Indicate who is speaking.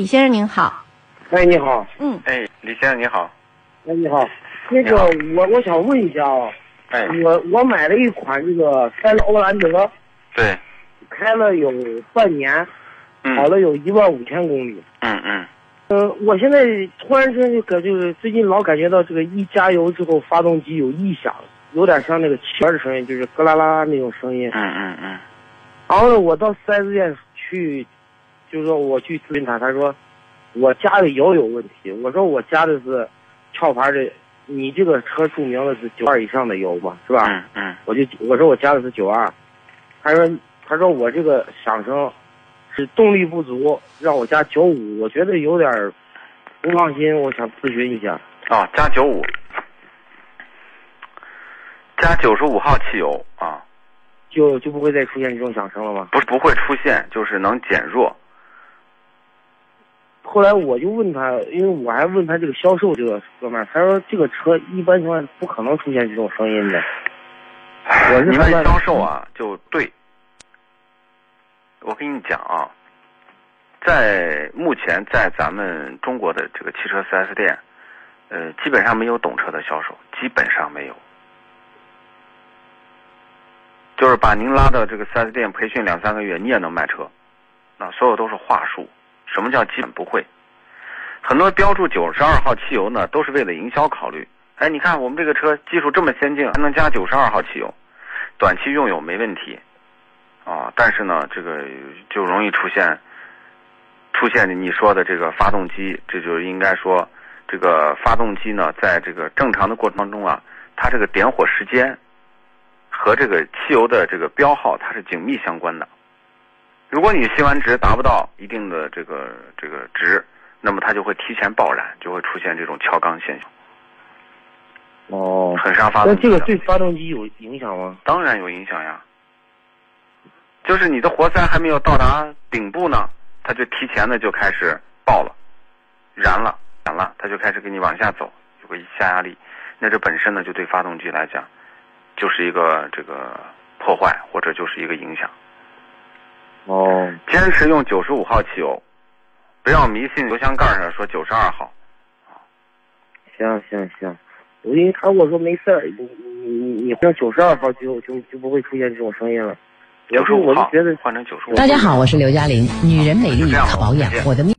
Speaker 1: 李先生您好。
Speaker 2: 哎，你好。
Speaker 3: 哎，李先生你好。
Speaker 2: 哎，你好。那个，我想问一下啊。
Speaker 3: 哎。
Speaker 2: 我买了一款这个赛乐欧蓝德。对。开了有半年，跑了有15000公里。我现在突然间就是最近老感觉到这个一加油之后发动机有异响，有点像那个气门的声音，就是咯啦啦那种声音。然后呢，我到4S店去，就是说我去咨询他，他说我加的油有问题。我说我加的是壳牌的，你这个车注明的是92以上的油嘛，是吧？我说我加的是92，他说我这个响声是动力不足，让我加95，我觉得有点不放心，我想咨询一下。
Speaker 3: 哦，加95，加95号汽油啊，
Speaker 2: 就不会再出现这种响声了吗？
Speaker 3: 不会出现，就是能减弱。
Speaker 2: 后来我就问他，因为我还问他这个销售这个哥们儿，他说这个车一般情况不可能出现这种声音的。
Speaker 3: 你们销售啊，就对。我跟你讲啊，目前在咱们中国的这个汽车 4S 店，基本上没有懂车的销售，基本上没有。就是把您拉到这个 4S 店培训2-3个月，你也能卖车，那所有都是话术。什么叫基本不会？很多标注92号汽油呢，都是为了营销考虑。哎，你看我们这个车技术这么先进，还能加92号汽油，短期用没问题啊。但是呢，这个就容易出现你说的这个发动机，这就应该说这个发动机呢，在这个正常的过程当中啊，它这个点火时间和这个汽油的这个标号它是紧密相关的。如果你吸完值达不到一定的这个值，那么它就会提前爆燃，就会出现这种翘缸现象。
Speaker 2: 哦，
Speaker 3: 很伤发动机。
Speaker 2: 那这个对发动机有影响吗？
Speaker 3: 当然有影响呀。就是你的活塞还没有到达顶部呢，它就提前的就开始爆了，燃了，它就开始给你往下走，有个下压力。那这本身呢，就对发动机来讲，就是一个这个破坏，或者就是一个影响。
Speaker 2: 哦，
Speaker 3: 坚持用95号汽油，不要迷信油箱盖上说92号。
Speaker 2: 行，我因为他跟我说没事儿，你换成92号就不会出现这种声音了。
Speaker 3: 95号
Speaker 2: 我就觉得
Speaker 3: 换成95号。
Speaker 1: 大家好，我是刘嘉玲，女人美丽好保养，我的